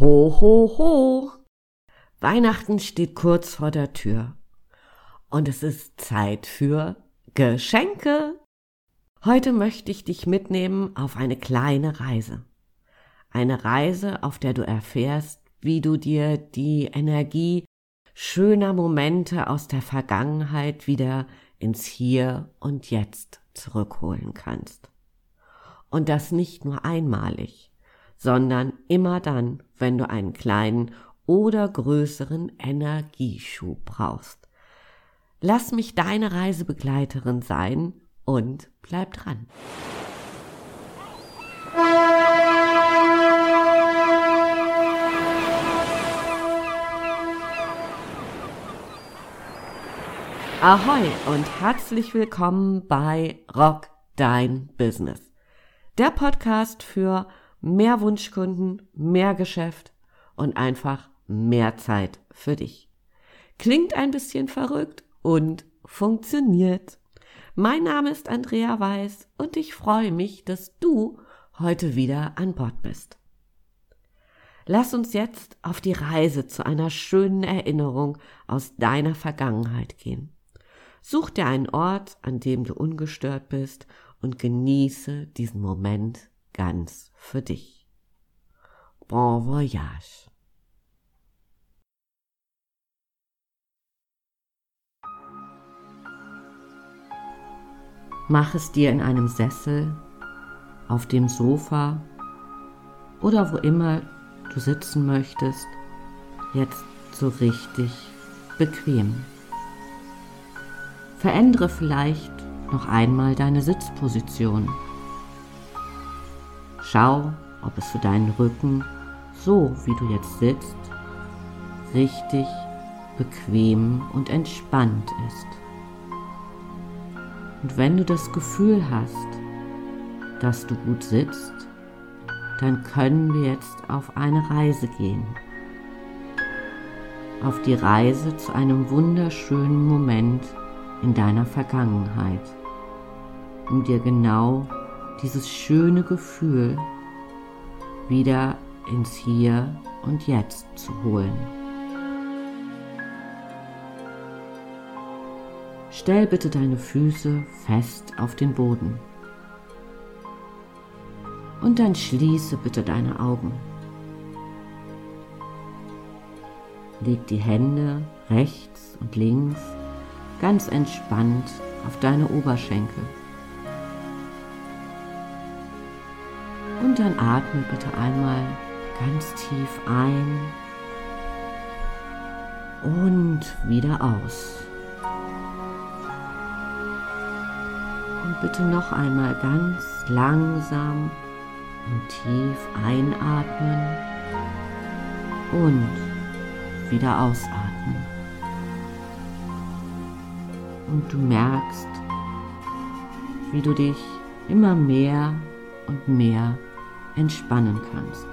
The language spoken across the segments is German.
Ho, ho, ho! Weihnachten steht kurz vor der Tür und es ist Zeit für Geschenke. Heute möchte ich dich mitnehmen auf eine kleine Reise. Eine Reise, auf der du erfährst, wie du dir die Energie schöner Momente aus der Vergangenheit wieder ins Hier und Jetzt zurückholen kannst. Und das nicht nur einmalig, sondern immer dann, wenn du einen kleinen oder größeren Energieschub brauchst. Lass mich deine Reisebegleiterin sein und bleib dran. Ahoi und herzlich willkommen bei Rock Dein Business. Der Podcast für mehr Wunschkunden, mehr Geschäft und einfach mehr Zeit für dich. Klingt ein bisschen verrückt und funktioniert. Mein Name ist Andrea Weiß und ich freue mich, dass du heute wieder an Bord bist. Lass uns jetzt auf die Reise zu einer schönen Erinnerung aus deiner Vergangenheit gehen. Such dir einen Ort, an dem du ungestört bist und genieße diesen Moment ganz für dich. Bon voyage. Mach es dir in einem Sessel, auf dem Sofa oder wo immer du sitzen möchtest, jetzt so richtig bequem. Verändere vielleicht noch einmal deine Sitzposition. Schau, ob es für deinen Rücken, so wie du jetzt sitzt, richtig bequem und entspannt ist. Und wenn du das Gefühl hast, dass du gut sitzt, dann können wir jetzt auf eine Reise gehen. Auf die Reise zu einem wunderschönen Moment in deiner Vergangenheit, um dir genau dieses schöne Gefühl wieder ins Hier und Jetzt zu holen. Stell bitte deine Füße fest auf den Boden und dann schließe bitte deine Augen. Leg die Hände rechts und links ganz entspannt auf deine Oberschenkel. Und dann atme bitte einmal ganz tief ein und wieder aus. Und bitte noch einmal ganz langsam und tief einatmen und wieder ausatmen. Und du merkst, wie du dich immer mehr und mehr entspannen kannst.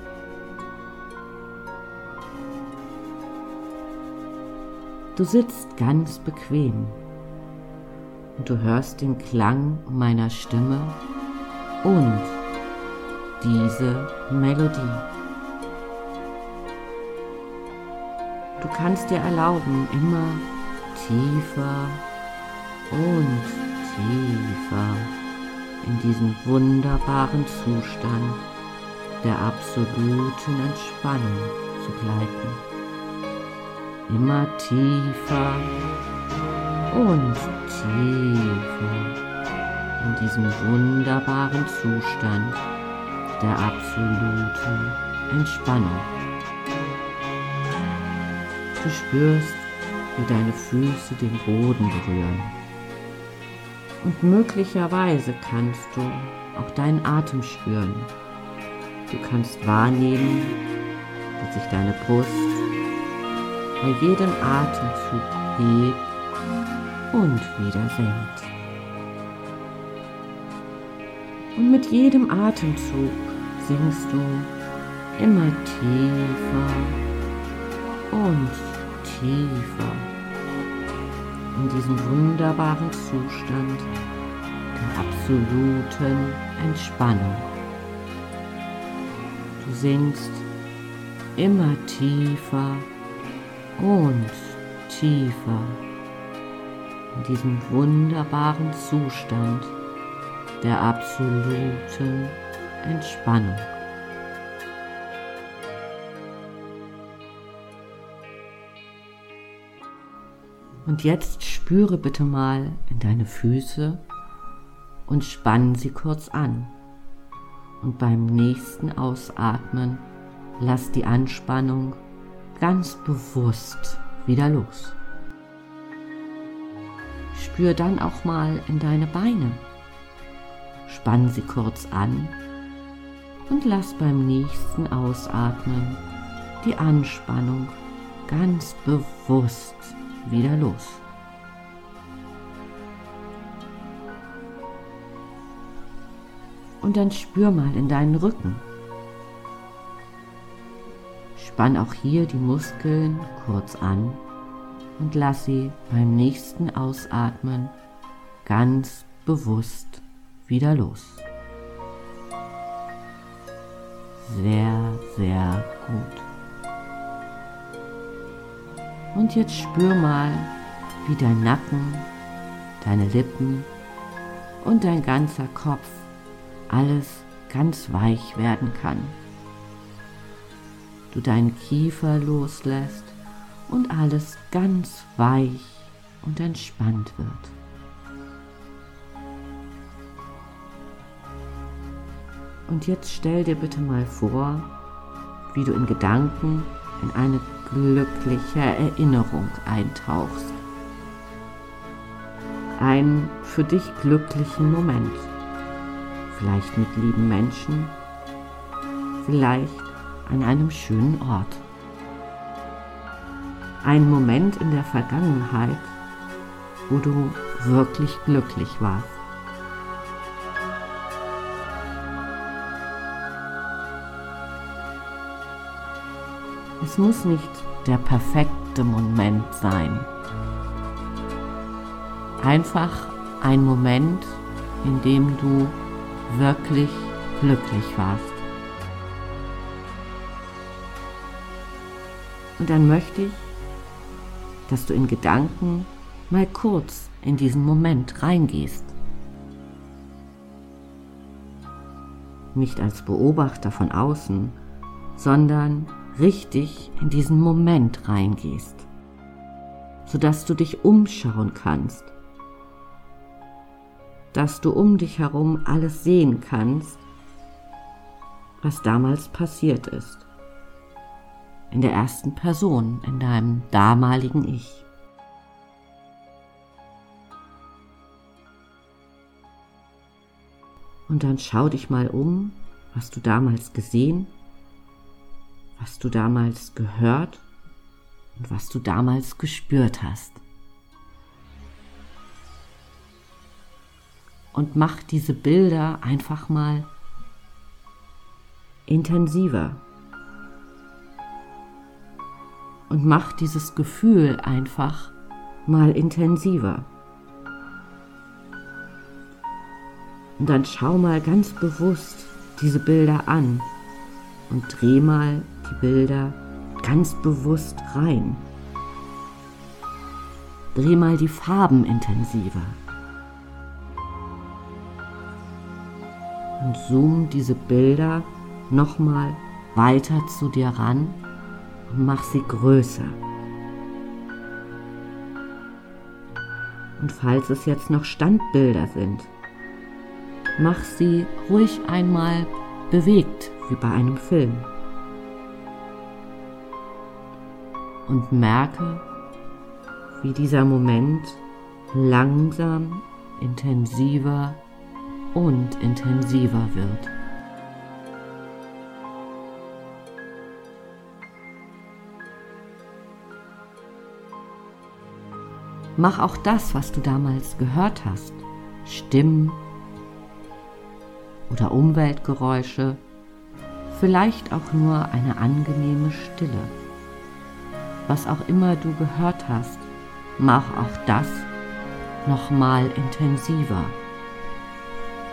Du sitzt ganz bequem und du hörst den Klang meiner Stimme und diese Melodie. Du kannst dir erlauben, immer tiefer und tiefer in diesen wunderbaren Zustand der absoluten Entspannung zu gleiten. Immer tiefer und tiefer in diesen wunderbaren Zustand der absoluten Entspannung. Du spürst, wie deine Füße den Boden berühren. Und möglicherweise kannst du auch deinen Atem spüren. Du kannst wahrnehmen, dass sich deine Brust bei jedem Atemzug hebt und wieder senkt. Und mit jedem Atemzug sinkst du immer tiefer und tiefer in diesen wunderbaren Zustand der absoluten Entspannung. Du sinkst immer tiefer und tiefer in diesen wunderbaren Zustand der absoluten Entspannung. Und jetzt spüre bitte mal in deine Füße und spann sie kurz an. Und beim nächsten Ausatmen lass die Anspannung ganz bewusst wieder los. Spür dann auch mal in deine Beine. Spann sie kurz an und lass beim nächsten Ausatmen die Anspannung ganz bewusst wieder los. Und dann spür mal in deinen Rücken. Spann auch hier die Muskeln kurz an und lass sie beim nächsten Ausatmen ganz bewusst wieder los. Sehr, sehr gut. Und jetzt spür mal, wie dein Nacken, deine Lippen und dein ganzer Kopf alles ganz weich werden kann. Du deinen Kiefer loslässt und alles ganz weich und entspannt wird. Und jetzt stell dir bitte mal vor, wie du in Gedanken in eine glückliche Erinnerung eintauchst. Einen für dich glücklichen Moment. Vielleicht mit lieben Menschen, vielleicht an einem schönen Ort. Ein Moment in der Vergangenheit, wo du wirklich glücklich warst. Es muss nicht der perfekte Moment sein. Einfach ein Moment, in dem du wirklich glücklich warst. Und dann möchte ich, dass du in Gedanken mal kurz in diesen Moment reingehst. Nicht als Beobachter von außen, sondern richtig in diesen Moment reingehst, sodass du dich umschauen kannst, dass du um dich herum alles sehen kannst, was damals passiert ist. In der ersten Person, in deinem damaligen Ich. Und dann schau dich mal um, was du damals gesehen, was du damals gehört und was du damals gespürt hast. Und mach diese Bilder einfach mal intensiver. Und mach dieses Gefühl einfach mal intensiver. Und dann schau mal ganz bewusst diese Bilder an und dreh mal die Bilder ganz bewusst rein. Dreh mal die Farben intensiver. Und zoom diese Bilder nochmal weiter zu dir ran und mach sie größer. Und falls es jetzt noch Standbilder sind, mach sie ruhig einmal bewegt, wie bei einem Film. Und merke, wie dieser Moment langsam intensiver und intensiver wird. Mach auch das, was du damals gehört hast, Stimmen oder Umweltgeräusche, vielleicht auch nur eine angenehme Stille. Was auch immer du gehört hast, mach auch das nochmal intensiver,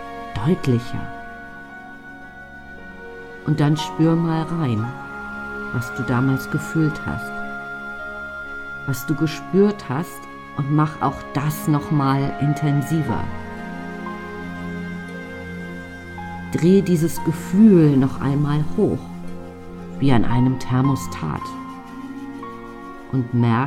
deutlicher. Und dann spür mal rein. was du damals gefühlt hast, was du gespürt hast, und mach auch das nochmal intensiver. Dreh dieses Gefühl noch einmal hoch, wie an einem Thermostat, und merk,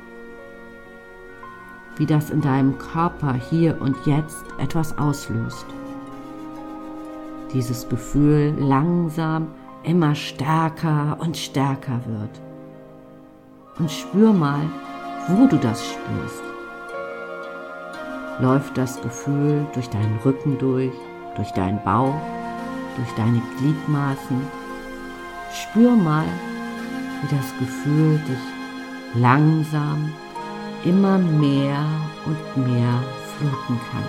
wie das in deinem Körper hier und jetzt etwas auslöst. Dieses Gefühl langsam immer stärker und stärker wird. Und spür mal, wo du das spürst. Läuft das Gefühl durch deinen Rücken durch deinen Bauch, durch deine Gliedmaßen? Spür mal, wie das Gefühl dich langsam immer mehr und mehr fluten kann.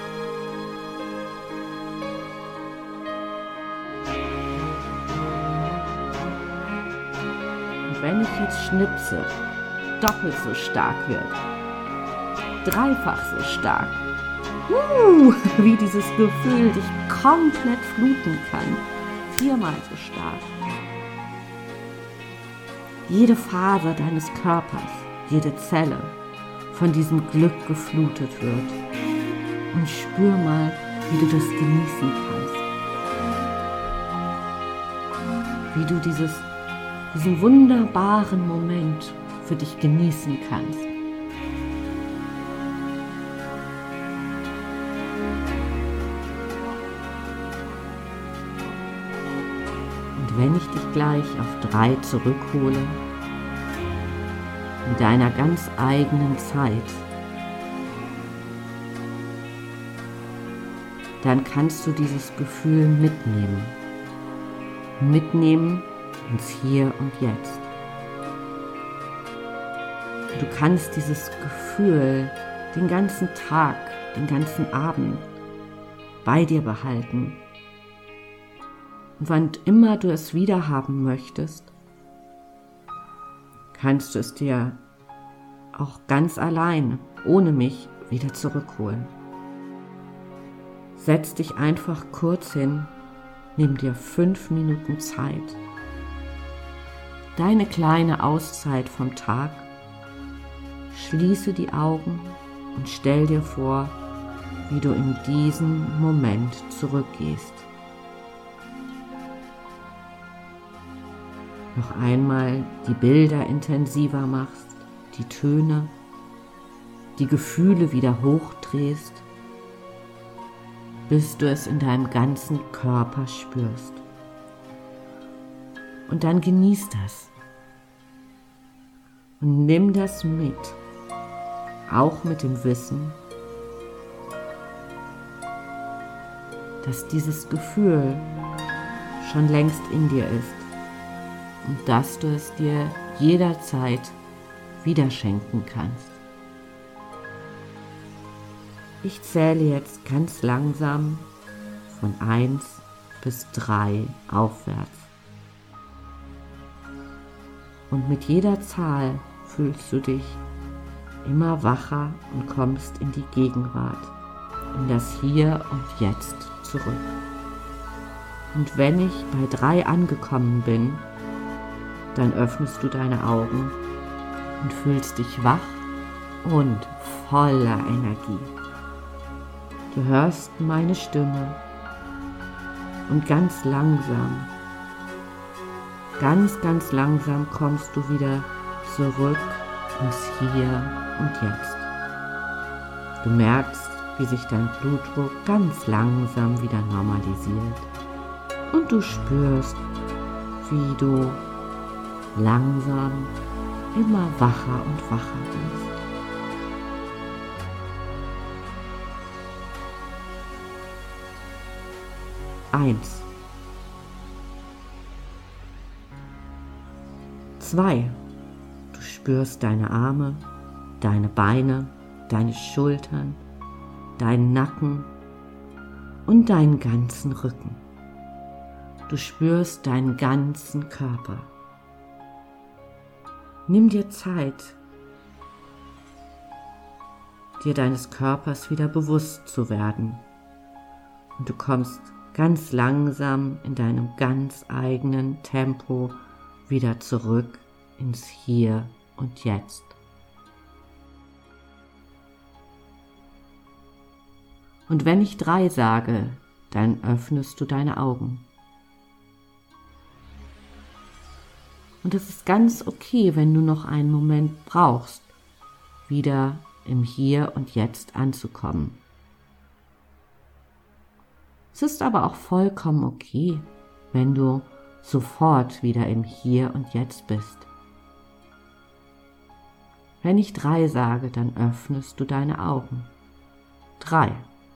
Und wenn ich jetzt schnipse, doppelt so stark wird, dreifach so stark, wie dieses Gefühl dich komplett fluten kann, viermal so stark. Jede Faser deines Körpers, jede Zelle von diesem Glück geflutet wird. Und spür mal, wie du das genießen kannst. Wie du diesen wunderbaren Moment für dich genießen kannst. Und wenn ich dich gleich auf 3 zurückhole, in deiner ganz eigenen Zeit, dann kannst du dieses Gefühl mitnehmen. Mitnehmen ins Hier und Jetzt. Du kannst dieses Gefühl den ganzen Tag, den ganzen Abend bei dir behalten. Und wann immer du es wieder haben möchtest, kannst du es dir auch ganz allein, ohne mich, wieder zurückholen. Setz dich einfach kurz hin, nimm dir 5 Minuten Zeit. Deine kleine Auszeit vom Tag. Schließe die Augen und stell dir vor, wie du in diesen Moment zurückgehst. Noch einmal die Bilder intensiver machst, die Töne, die Gefühle wieder hochdrehst, bis du es in deinem ganzen Körper spürst. Und dann genieß das. Und nimm das mit, auch mit dem Wissen, dass dieses Gefühl schon längst in dir ist und dass du es dir jederzeit wieder schenken kannst. Ich zähle jetzt ganz langsam von 1 bis 3 aufwärts. Und mit jeder Zahl fühlst du dich immer wacher und kommst in die Gegenwart, in das Hier und Jetzt zurück. Und wenn ich bei 3 angekommen bin, dann öffnest du deine Augen und fühlst dich wach und voller Energie. Du hörst meine Stimme und ganz langsam kommst du wieder zurück ins Hier und Jetzt. Du merkst, wie sich dein Blutdruck ganz langsam wieder normalisiert und du spürst, wie du langsam immer wacher und wacher wirst. Eins. 2. Du spürst deine Arme, deine Beine, deine Schultern, deinen Nacken und deinen ganzen Rücken. Du spürst deinen ganzen Körper. Nimm dir Zeit, dir deines Körpers wieder bewusst zu werden. Und du kommst ganz langsam in deinem ganz eigenen Tempo wieder zurück ins Hier und Jetzt. Und wenn ich 3 sage, dann öffnest du deine Augen. Und es ist ganz okay, wenn du noch einen Moment brauchst, wieder im Hier und Jetzt anzukommen. Es ist aber auch vollkommen okay, wenn du sofort wieder im Hier und Jetzt bist. Wenn ich 3 sage, dann öffnest du deine Augen. 3.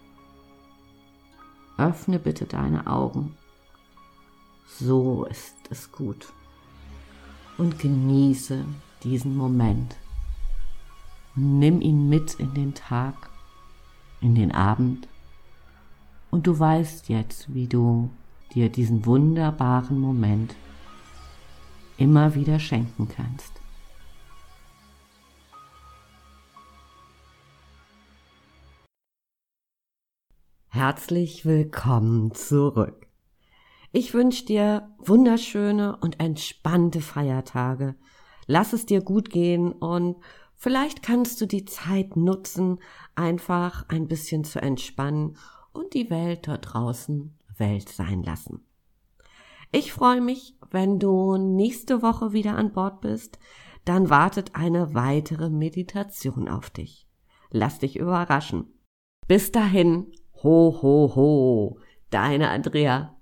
Öffne bitte deine Augen. So ist es gut. Und genieße diesen Moment. Nimm ihn mit in den Tag, in den Abend. Und du weißt jetzt, wie du dir diesen wunderbaren Moment immer wieder schenken kannst. Herzlich willkommen zurück. Ich wünsche dir wunderschöne und entspannte Feiertage. Lass es dir gut gehen und vielleicht kannst du die Zeit nutzen, einfach ein bisschen zu entspannen und die Welt dort draußen Welt sein lassen. Ich freue mich, wenn du nächste Woche wieder an Bord bist. Dann wartet eine weitere Meditation auf dich. Lass dich überraschen. Bis dahin, ho, ho, ho, deine Andrea.